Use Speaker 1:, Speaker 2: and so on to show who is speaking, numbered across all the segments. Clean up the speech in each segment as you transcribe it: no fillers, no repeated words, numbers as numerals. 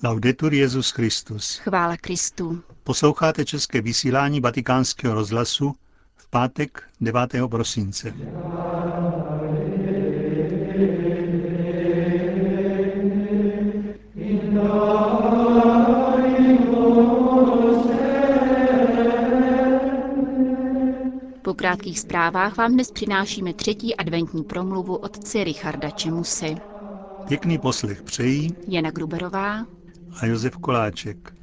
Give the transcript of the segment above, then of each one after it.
Speaker 1: Laudetur Jesus Christus.
Speaker 2: Chvála Kristu.
Speaker 1: Posloucháte české vysílání Vatikánského rozhlasu v pátek 9. prosince.
Speaker 2: Po krátkých zprávách vám dnes přinášíme třetí adventní promluvu otce Richarda Čemuse.
Speaker 1: Pěkný poslech přejí
Speaker 2: Jana Gruberová
Speaker 1: a Josef Koláček.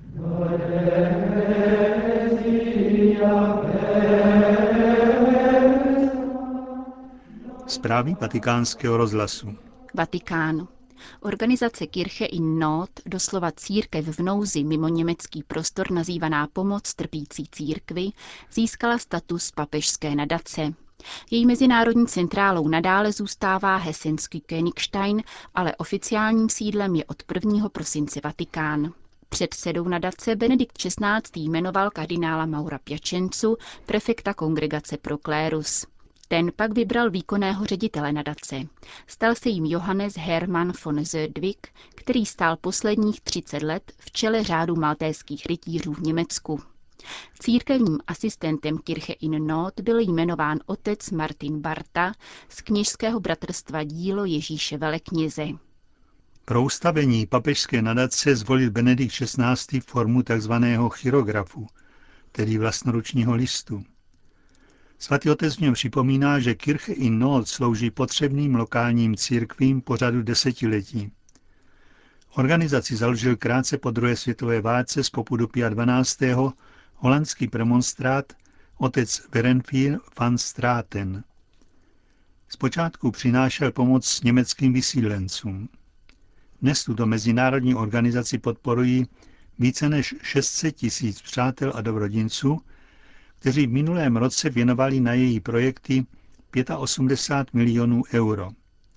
Speaker 1: Zprávy Vatikánského rozhlasu.
Speaker 2: Vatikán. Organizace Kirche in Not, doslova církev v nouzi mimo německý prostor nazývaná Pomoc trpící církvi, získala status papežské nadace. Její mezinárodní centrálou nadále zůstává hesenský Königstein, ale oficiálním sídlem je od 1. prosince Vatikán. Předsedou nadace Benedikt XVI. Jmenoval kardinála Maura Piacenzu, prefekta Kongregace pro klérus. Ten pak vybral výkonného ředitele nadace. Stal se jím Johannes Hermann von Södwig, který stál posledních 30 let v čele řádu maltéských rytířů v Německu. Církevním asistentem Kirche in Not byl jmenován otec Martin Barta z kněžského bratrstva Dílo Ježíše Velekněze.
Speaker 1: Pro ustavení papežské nadace zvolil Benedikt XVI. Formu tzv. Chirografu, tedy vlastnoručního listu. Svatý otec v něm připomíná, že Kirche in Not slouží potřebným lokálním církvím po řadu desetiletí. Organizaci založil krátce po druhé světové válce z popudu Pia XII. Holandský premonstrát otec Werenfried van Straten. Zpočátku přinášel pomoc německým vysídlencům. Dnes tuto mezinárodní organizaci podporují více než 600 000 přátel a dobrodinců, kteří v minulém roce věnovali na její projekty 85 milionů euro.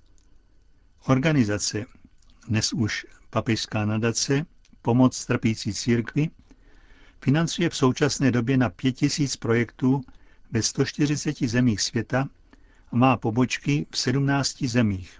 Speaker 1: Organizace, dnes už papežská nadace, Pomoc trpící církvi, financuje v současné době na 5000 projektů ve 140 zemích světa a má pobočky v 17 zemích.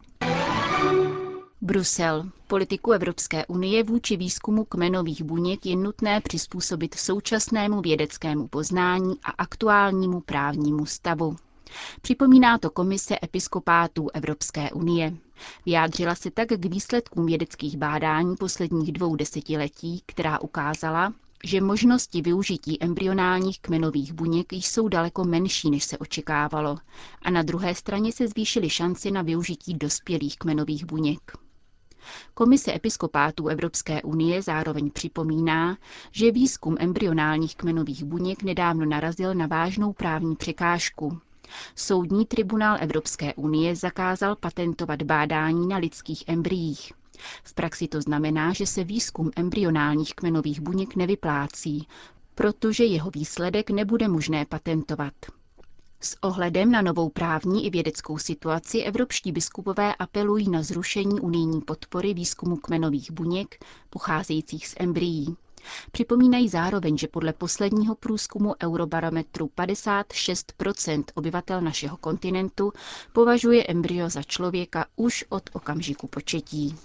Speaker 2: Brusel. Politiku Evropské unie vůči výzkumu kmenových buněk je nutné přizpůsobit současnému vědeckému poznání a aktuálnímu právnímu stavu. Připomíná to Komise episkopátů Evropské unie. Vyjádřila se tak k výsledkům vědeckých bádání posledních 2 desetiletí, která ukázala, že možnosti využití embryonálních kmenových buněk jsou daleko menší, než se očekávalo, a na druhé straně se zvýšily šance na využití dospělých kmenových buněk. Komise episkopátů Evropské unie zároveň připomíná, že výzkum embryonálních kmenových buněk nedávno narazil na vážnou právní překážku. Soudní tribunál Evropské unie zakázal patentovat bádání na lidských embryích. V praxi to znamená, že se výzkum embryonálních kmenových buněk nevyplácí, protože jeho výsledek nebude možné patentovat. S ohledem na novou právní i vědeckou situaci evropští biskupové apelují na zrušení unijní podpory výzkumu kmenových buněk pocházejících z embryí. Připomínají zároveň, že podle posledního průzkumu Eurobarometru 56% obyvatel našeho kontinentu považuje embryo za člověka už od okamžiku početí.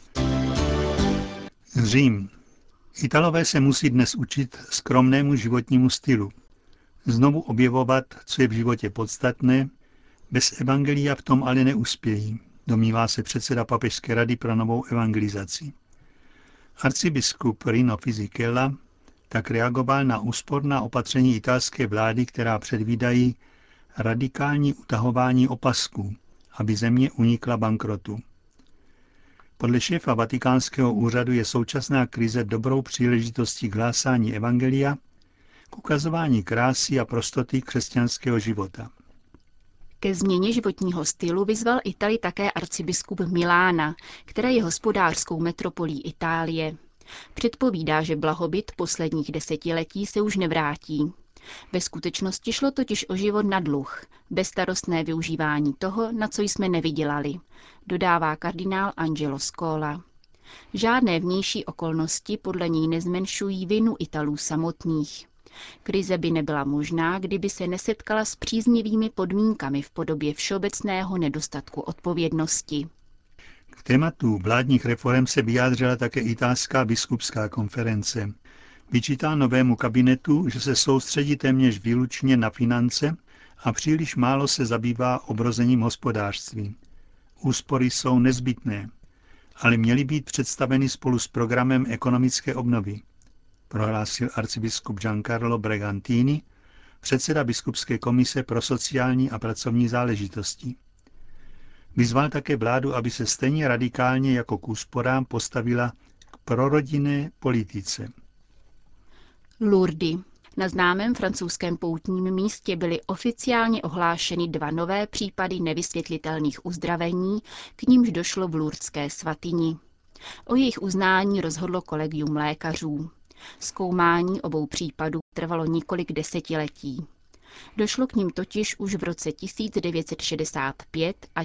Speaker 1: Řím. Italové se musí dnes učit skromnému životnímu stylu. Znovu objevovat, co je v životě podstatné, bez evangelia v tom ale neuspějí, domnívá se předseda Papežské rady pro novou evangelizaci. Arcibiskup Rino Fisichella tak reagoval na úsporná opatření italské vlády, která předvídají radikální utahování opasků, aby země unikla bankrotu. Podle šéfa vatikánského úřadu je současná krize dobrou příležitostí k hlásání evangelia, k ukazování krásy a prostoty křesťanského života.
Speaker 2: Ke změně životního stylu vyzval Itali také arcibiskup Milána, která je hospodářskou metropolí Itálie. Předpovídá, že blahobyt posledních desetiletí se už nevrátí. Ve skutečnosti šlo totiž o život na dluh, bezstarostné využívání toho, na co jsme nevydělali, dodává kardinál Angelo Scola. Žádné vnější okolnosti podle něj nezmenšují vinu Italů samotných. Krize by nebyla možná, kdyby se nesetkala s příznivými podmínkami v podobě všeobecného nedostatku odpovědnosti.
Speaker 1: K tématu vládních reforem se vyjádřila také italská biskupská konference. Vyčítá novému kabinetu, že se soustředí téměř výlučně na finance a příliš málo se zabývá obrozením hospodářství. Úspory jsou nezbytné, ale měly být představeny spolu s programem ekonomické obnovy, prohlásil arcibiskup Giancarlo Bregantini, předseda biskupské komise pro sociální a pracovní záležitosti. Vyzval také vládu, aby se stejně radikálně jako k úsporám postavila k prorodinné politice.
Speaker 2: Lourdes. Na známém francouzském poutním místě byly oficiálně ohlášeny 2 nové případy nevysvětlitelných uzdravení, k nímž došlo v Lourdské svatyni. O jejich uznání rozhodlo kolegium lékařů. Zkoumání obou případů trvalo několik desetiletí. Došlo k nim totiž už v roce 1965 a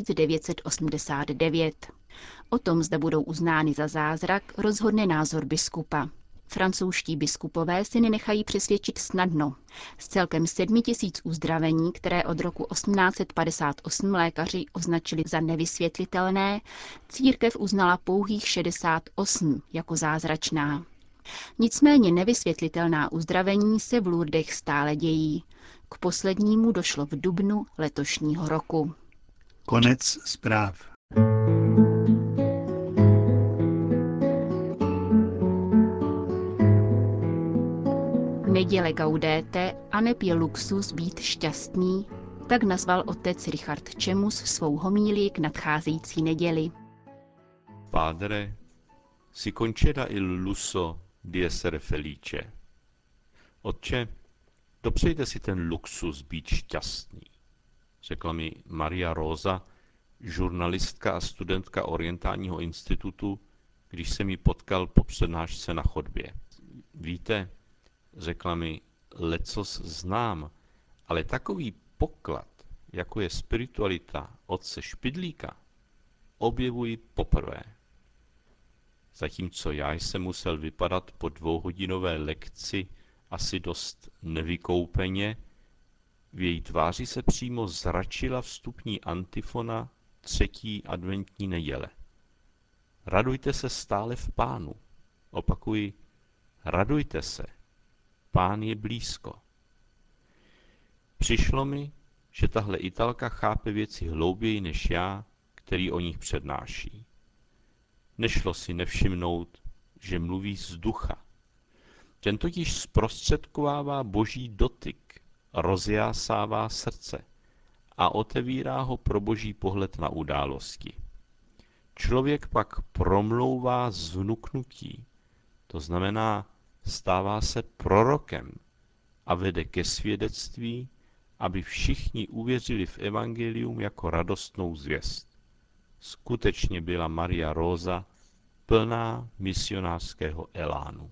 Speaker 2: 1989. O tom, zda budou uznány za zázrak, rozhodne názor biskupa. Francouzští biskupové si nenechají přesvědčit snadno. Z celkem 7 000 uzdravení, které od roku 1858 lékaři označili za nevysvětlitelné, církev uznala pouhých 68 jako zázračná. Nicméně nevysvětlitelná uzdravení se v Lourdech stále dějí. K poslednímu došlo v dubnu letošního roku.
Speaker 1: Konec zpráv.
Speaker 2: Neděle Gaudete a neb je luxus být šťastný, tak nazval otec Richard Čemus svou homílii k nadcházející neděli.
Speaker 3: Padre, si conceda il lusso di essere felice. Otče, dopřejte si ten luxus být šťastný, řekla mi Maria Rosa, žurnalistka a studentka Orientálního institutu, když jsem ji potkal po přednášce na chodbě. Víte, řekla mi, lecos znám, ale takový poklad, jako je spiritualita otce Špidlíka, objevuji poprvé. Zatímco já jsem musel vypadat po 2hodinové lekci asi dost nevykoupeně, v její tváři se přímo zračila vstupní antifona 3. adventní neděle. Radujte se stále v Pánu. Opakuji, radujte se. Pán je blízko. Přišlo mi, že tahle Italka chápe věci hlouběji než já, který o nich přednáší. Nešlo si nevšimnout, že mluví z ducha. Ten totiž zprostředkovává boží dotyk, rozjásává srdce a otevírá ho pro boží pohled na události. Člověk pak promlouvá z vnuknutí, to znamená, stává se prorokem a vede ke svědectví, aby všichni uvěřili v evangelium jako radostnou zvěst. Skutečně byla Maria Rosa plná misionářského elánu.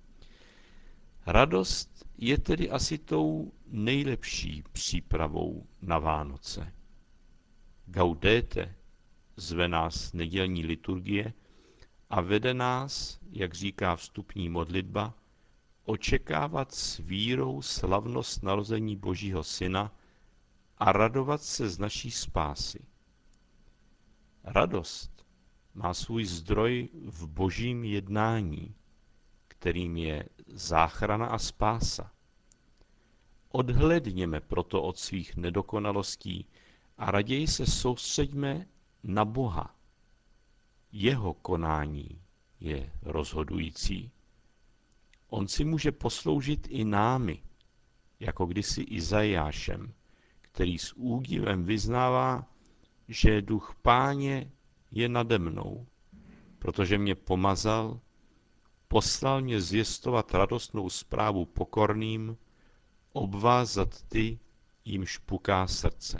Speaker 3: Radost je tedy asi tou nejlepší přípravou na Vánoce. Gaudete zve nás nedělní liturgie a vede nás, jak říká vstupní modlitba, očekávat s vírou slavnost narození Božího Syna a radovat se z naší spásy. Radost má svůj zdroj v božím jednání, kterým je záchrana a spása. Odhlédněme proto od svých nedokonalostí a raději se soustřeďme na Boha. Jeho konání je rozhodující. On si může posloužit i námi, jako kdysi Izajášem, který s údivem vyznává, že duch Páně je nade mnou, protože mě pomazal, poslal mě zvěstovat radostnou zprávu pokorným, obvázat ty, jimž puká srdce.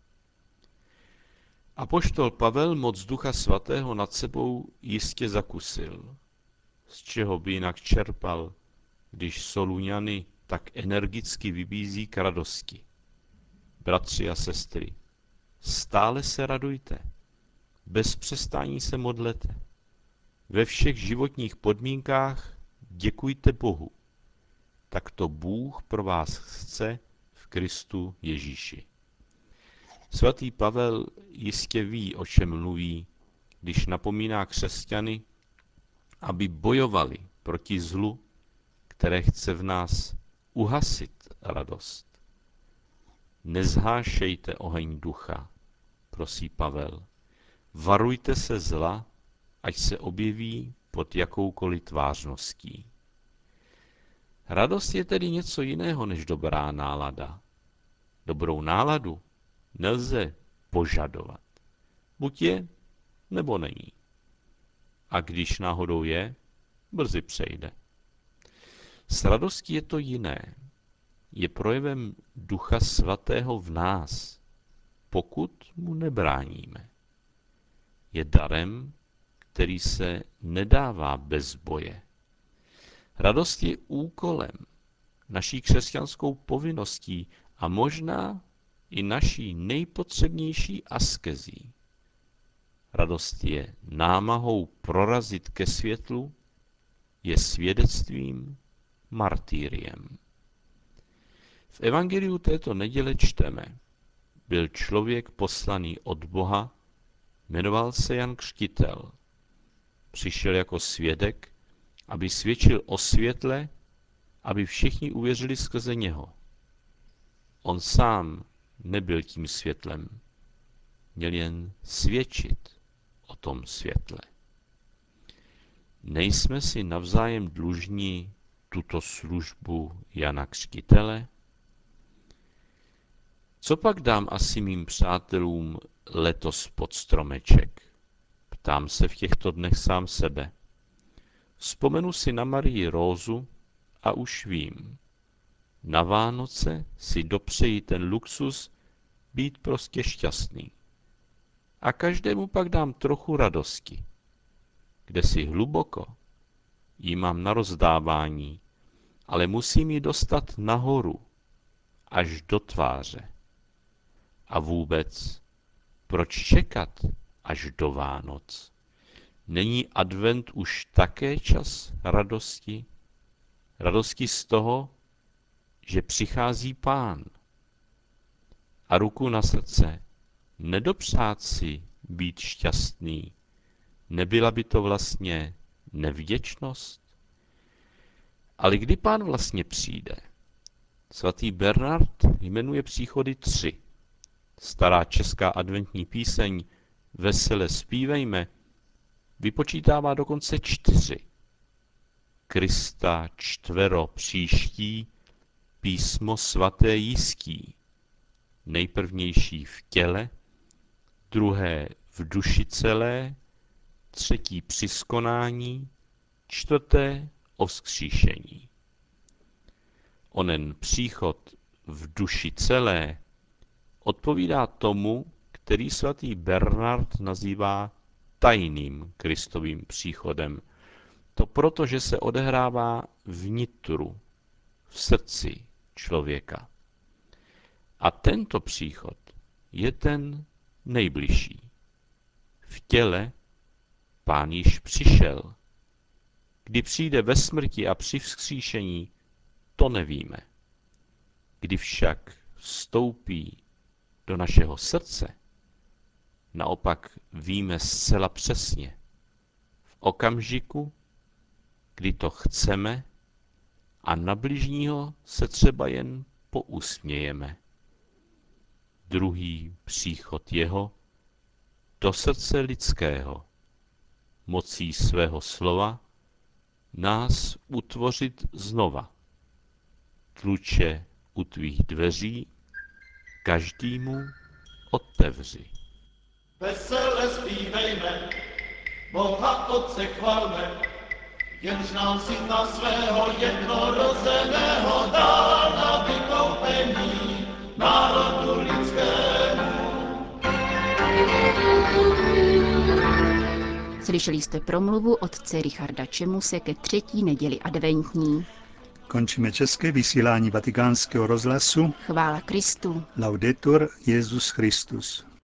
Speaker 3: Apoštol Pavel moc Ducha Svatého nad sebou jistě zakusil, z čeho by jinak čerpal, když Soluňany tak energicky vybízí k radosti. Bratři a sestry, stále se radujte, bez přestání se modlete. Ve všech životních podmínkách děkujte Bohu. Tak to Bůh pro vás chce v Kristu Ježíši. Svatý Pavel jistě ví, o čem mluví, když napomíná křesťany, aby bojovali proti zlu, které chce v nás uhasit radost. Nezhášejte oheň ducha, prosí Pavel. Varujte se zla, ať se objeví pod jakoukoliv tvářností. Radost je tedy něco jiného než dobrá nálada. Dobrou náladu nelze požadovat. Buď je, nebo není. A když náhodou je, brzy přejde. S radostí je to jiné. Je projevem Ducha Svatého v nás, pokud mu nebráníme. Je darem, který se nedává bez boje. Radost je úkolem, naší křesťanskou povinností a možná i naší nejpotřebnější askezí. Radost je námahou prorazit ke světlu, je svědectvím, martýriem. V evangeliu této neděle čteme: byl člověk poslaný od Boha, jmenoval se Jan Křtitel. Přišel jako svědek, aby svědčil o světle, aby všichni uvěřili skrze něho. On sám nebyl tím světlem, měl jen svědčit o tom světle. Nejsme si navzájem dlužní tuto službu Jana Křtitele? Co pak dám asi mým přátelům letos pod stromeček? Ptám se v těchto dnech sám sebe. Vzpomenu si na Marii Rózu a už vím. Na Vánoce si dopřeji ten luxus být prostě šťastný. A každému pak dám trochu radosti. Kde si hluboko, jí mám na rozdávání, ale musím ji dostat nahoru, až do tváře. A vůbec, proč čekat až do Vánoc? Není advent už také čas radosti? Radosti z toho, že přichází Pán. A ruku na srdce, nedopřát si být šťastný, nebyla by to vlastně nevděčnost? Ale kdy Pán vlastně přijde? Svatý Bernard jmenuje příchody 3. Stará česká adventní píseň Vesele zpívejme vypočítává dokonce 4. Krista 4 příští, písmo svaté jistí. Nejprvnější v těle, druhé v duši celé, 3. při skonání, 4. o vzkříšení. Onen příchod v duši celé odpovídá tomu, který svatý Bernard nazývá tajným Kristovým příchodem. To proto, že se odehrává vnitru, v srdci člověka. A tento příchod je ten nejbližší. V těle Pán již přišel. Kdy přijde ve smrti a při vzkříšení, to nevíme. Kdy však vstoupí do našeho srdce, naopak víme zcela přesně. V okamžiku, kdy to chceme a na bližního se třeba jen pousmějeme. Druhý příchod jeho do srdce lidského, mocí svého slova, nás utvořit znova. Tluče u tvých dveří, každému otevři.
Speaker 4: Vesele zpívejme, Boha Otce chvalme, jenž nám syna svého jednorozeného dal na vykoupení národu lidskému.
Speaker 2: Slyšeli jste promluvu otce Richarda Čemuse ke 3. neděli adventní.
Speaker 1: Končíme české vysílání Vatikánského rozhlasu.
Speaker 2: Chvála Kristu.
Speaker 1: Laudetur Jesus Christus.